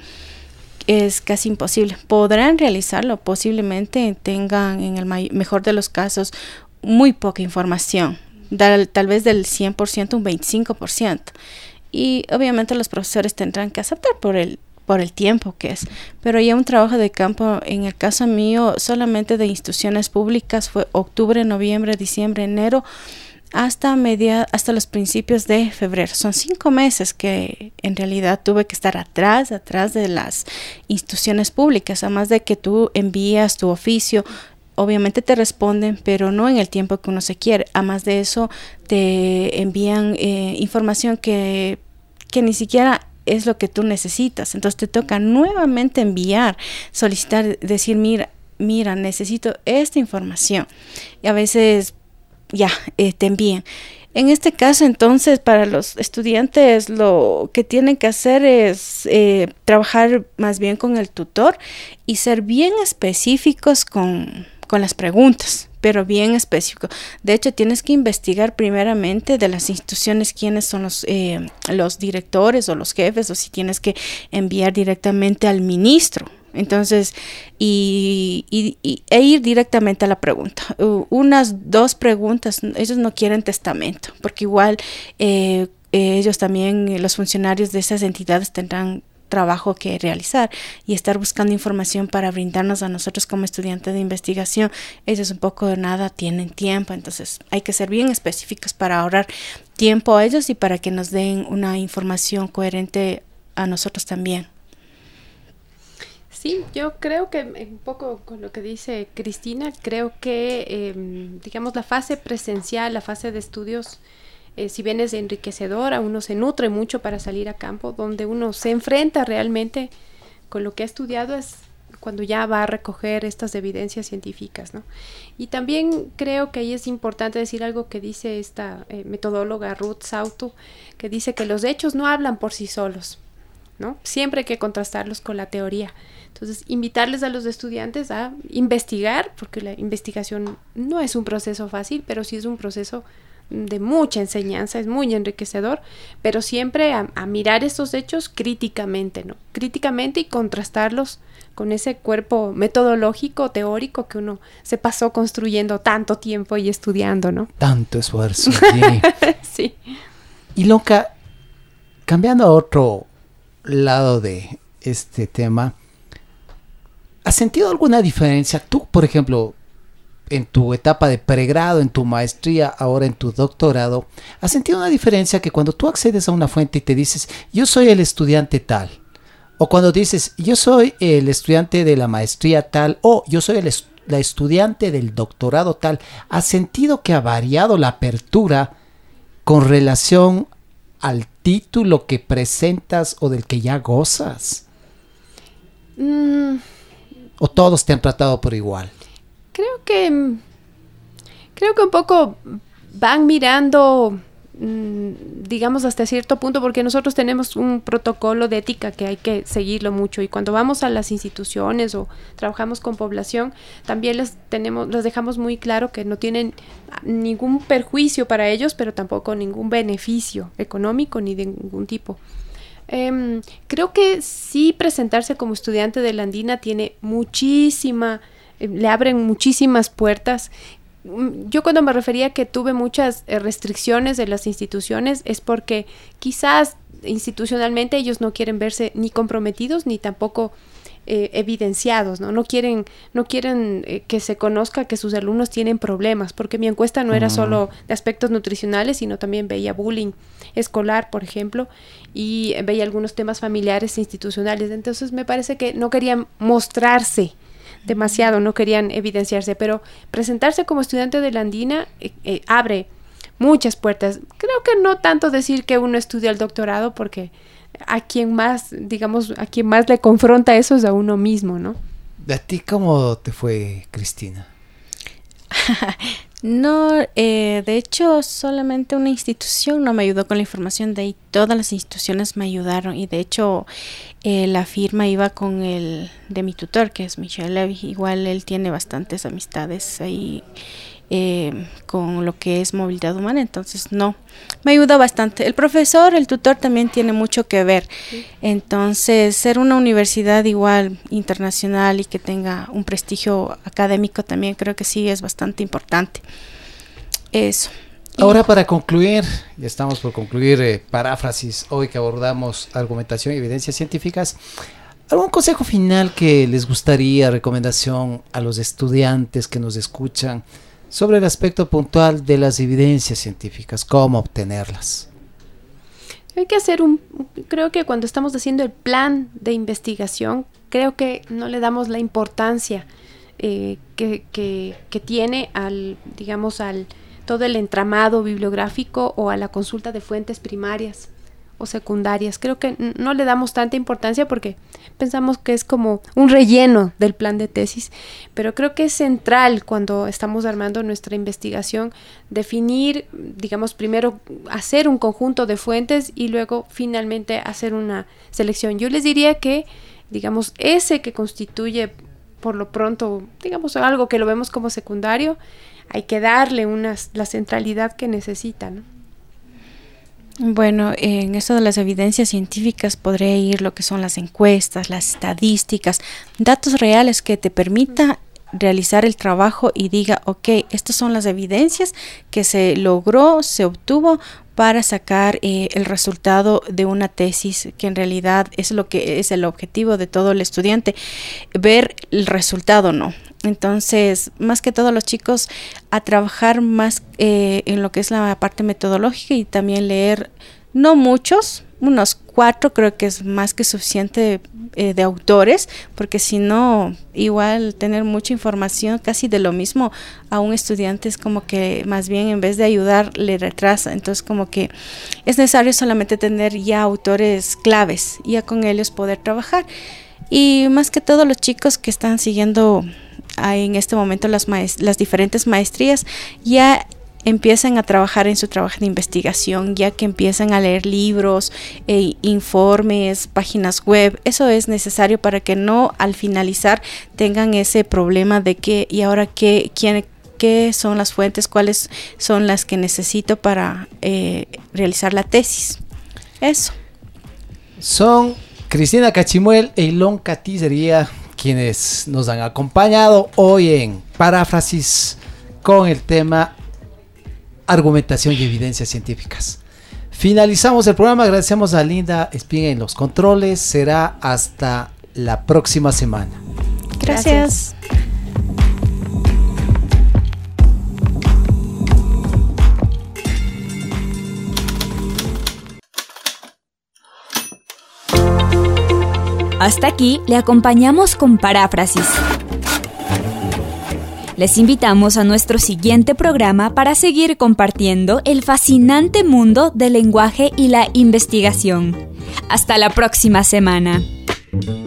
es casi imposible. Podrán realizarlo, posiblemente tengan en el may- mejor de los casos muy poca información. Dar, tal vez del cien por ciento un veinticinco por ciento, y obviamente los profesores tendrán que aceptar por el, por el tiempo que es, pero ya un trabajo de campo, en el caso mío solamente de instituciones públicas, fue octubre, noviembre, diciembre, enero, hasta media, hasta los principios de febrero. Son cinco meses que en realidad tuve que estar atrás, atrás de las instituciones públicas, además de que tú envías tu oficio. Obviamente te responden, pero no en el tiempo que uno se quiere. Además de eso, te envían eh, información que, que ni siquiera es lo que tú necesitas. Entonces te toca nuevamente enviar, solicitar, decir, mira, mira, necesito esta información. Y a veces ya eh, te envían. En este caso, entonces, para los estudiantes lo que tienen que hacer es eh, trabajar más bien con el tutor y ser bien específicos con, con las preguntas, pero bien específico. De hecho, tienes que investigar primeramente de las instituciones quiénes son los, eh, los directores o los jefes, o si tienes que enviar directamente al ministro. Entonces, y, y, y, e ir directamente a la pregunta. Uh, unas dos preguntas, ellos no quieren testamento, porque igual eh, eh, ellos también, los funcionarios de esas entidades tendrán trabajo que realizar y estar buscando información para brindarnos a nosotros como estudiantes de investigación. Ellos un poco de nada tienen tiempo, entonces hay que ser bien específicos para ahorrar tiempo a ellos y para que nos den una información coherente a nosotros también. Sí, yo creo que un poco con lo que dice Cristina, creo que, eh, digamos, la fase presencial, la fase de estudios, eh, si bien es enriquecedora, uno se nutre mucho para salir a campo, donde uno se enfrenta realmente con lo que ha estudiado es cuando ya va a recoger estas evidencias científicas, ¿no? Y también creo que ahí es importante decir algo que dice esta eh, metodóloga Ruth Sauto, que dice que los hechos no hablan por sí solos. ¿no? Siempre hay que contrastarlos con la teoría. Entonces, invitarles a los estudiantes a investigar, porque la investigación no es un proceso fácil, pero sí es un proceso de mucha enseñanza, es muy enriquecedor, pero siempre a, a mirar estos hechos críticamente, ¿no? Críticamente y contrastarlos con ese cuerpo metodológico, teórico que uno se pasó construyendo tanto tiempo y estudiando, ¿no? Tanto esfuerzo. Sí. Sí. Y Ilonka, cambiando a otro lado de este tema, ¿has sentido alguna diferencia? Tú, por ejemplo, en tu etapa de pregrado, en tu maestría, ahora en tu doctorado, ¿has sentido una diferencia que cuando tú accedes a una fuente y te dices, yo soy el estudiante tal, o cuando dices, yo soy el estudiante de la maestría tal, o yo soy el est- la estudiante del doctorado tal, ¿has sentido que ha variado la apertura con relación al título que presentas o del que ya gozas? Mm. ¿O todos te han tratado por igual? Creo que creo que un poco van mirando, mmm, digamos, hasta cierto punto, porque nosotros tenemos un protocolo de ética que hay que seguirlo mucho, y cuando vamos a las instituciones o trabajamos con población, también les tenemos, les dejamos muy claro que no tienen ningún perjuicio para ellos, pero tampoco ningún beneficio económico ni de ningún tipo. Um, creo que sí, presentarse como estudiante de la Andina tiene muchísima, eh, le abren muchísimas puertas. Yo cuando me refería que tuve muchas eh, restricciones de las instituciones es porque quizás institucionalmente ellos no quieren verse ni comprometidos ni tampoco eh, evidenciados, ¿no? No quieren, no quieren eh, que se conozca que sus alumnos tienen problemas, porque mi encuesta no era solo de aspectos nutricionales, sino también veía bullying escolar, por ejemplo, y veía algunos temas familiares e institucionales. Entonces me parece que no querían mostrarse demasiado, no querían evidenciarse, pero presentarse como estudiante de la Andina eh, eh, abre muchas puertas. Creo que no tanto decir que uno estudia el doctorado, porque a quien más, digamos, a quien más le confronta eso es a uno mismo, ¿no? ¿A ti cómo te fue, Cristina? No, eh, de hecho solamente una institución no me ayudó con la información, de ahí todas las instituciones me ayudaron, y de hecho eh, la firma iba con el de mi tutor, que es Michel Levy. Igual él tiene bastantes amistades ahí eh, con lo que es movilidad humana, entonces no, me ayudó bastante. El profesor, el tutor también tiene mucho que ver, entonces ser una universidad igual internacional y que tenga un prestigio académico también creo que sí es bastante importante. Eso. Ahora, para concluir, ya estamos por concluir, eh, paráfrasis, hoy que abordamos argumentación y evidencias científicas, ¿algún consejo final que les gustaría, recomendación a los estudiantes que nos escuchan sobre el aspecto puntual de las evidencias científicas, cómo obtenerlas? Hay que hacer un, creo que cuando estamos haciendo el plan de investigación, creo que no le damos la importancia eh, que, que, que tiene al, digamos, al todo el entramado bibliográfico o a la consulta de fuentes primarias o secundarias. Creo que no le damos tanta importancia porque pensamos que es como un relleno del plan de tesis, pero creo que es central cuando estamos armando nuestra investigación definir, digamos, primero hacer un conjunto de fuentes y luego finalmente hacer una selección. Yo les diría que, digamos, ese que constituye por lo pronto, digamos, algo que lo vemos como secundario, hay que darle una, la centralidad que necesita, ¿no? Bueno, en eso de las evidencias científicas podría ir lo que son las encuestas, las estadísticas, datos reales que te permita realizar el trabajo y diga, ok, estas son las evidencias que se logró, se obtuvo para sacar eh, el resultado de una tesis, que en realidad es lo que es el objetivo de todo el estudiante, ver el resultado, ¿no? Entonces, más que todo los chicos a trabajar más eh, en lo que es la parte metodológica y también leer, no muchos, unos cuatro creo que es más que suficiente eh, de autores, porque si no, igual tener mucha información casi de lo mismo a un estudiante es como que más bien en vez de ayudar le retrasa. Entonces como que es necesario solamente tener ya autores claves y ya con ellos poder trabajar. Y más que todo los chicos que están siguiendo en este momento las, maest- las diferentes maestrías, ya empiecen a trabajar en su trabajo de investigación, ya que empiezan a leer libros, eh, informes, páginas web. Eso es necesario para que no al finalizar tengan ese problema de que, ¿y ahora qué, quién, qué son las fuentes, cuáles son las que necesito para eh, realizar la tesis? Eso. Son Cristina Cachimuel e Ilon Catizería quienes nos han acompañado hoy en Paráfrasis con el tema argumentación y evidencias científicas. Finalizamos el programa, agradecemos a Linda Espina en los controles, será hasta la próxima semana. Gracias. Hasta aquí le acompañamos con Paráfrasis. Les invitamos a nuestro siguiente programa para seguir compartiendo el fascinante mundo del lenguaje y la investigación. Hasta la próxima semana.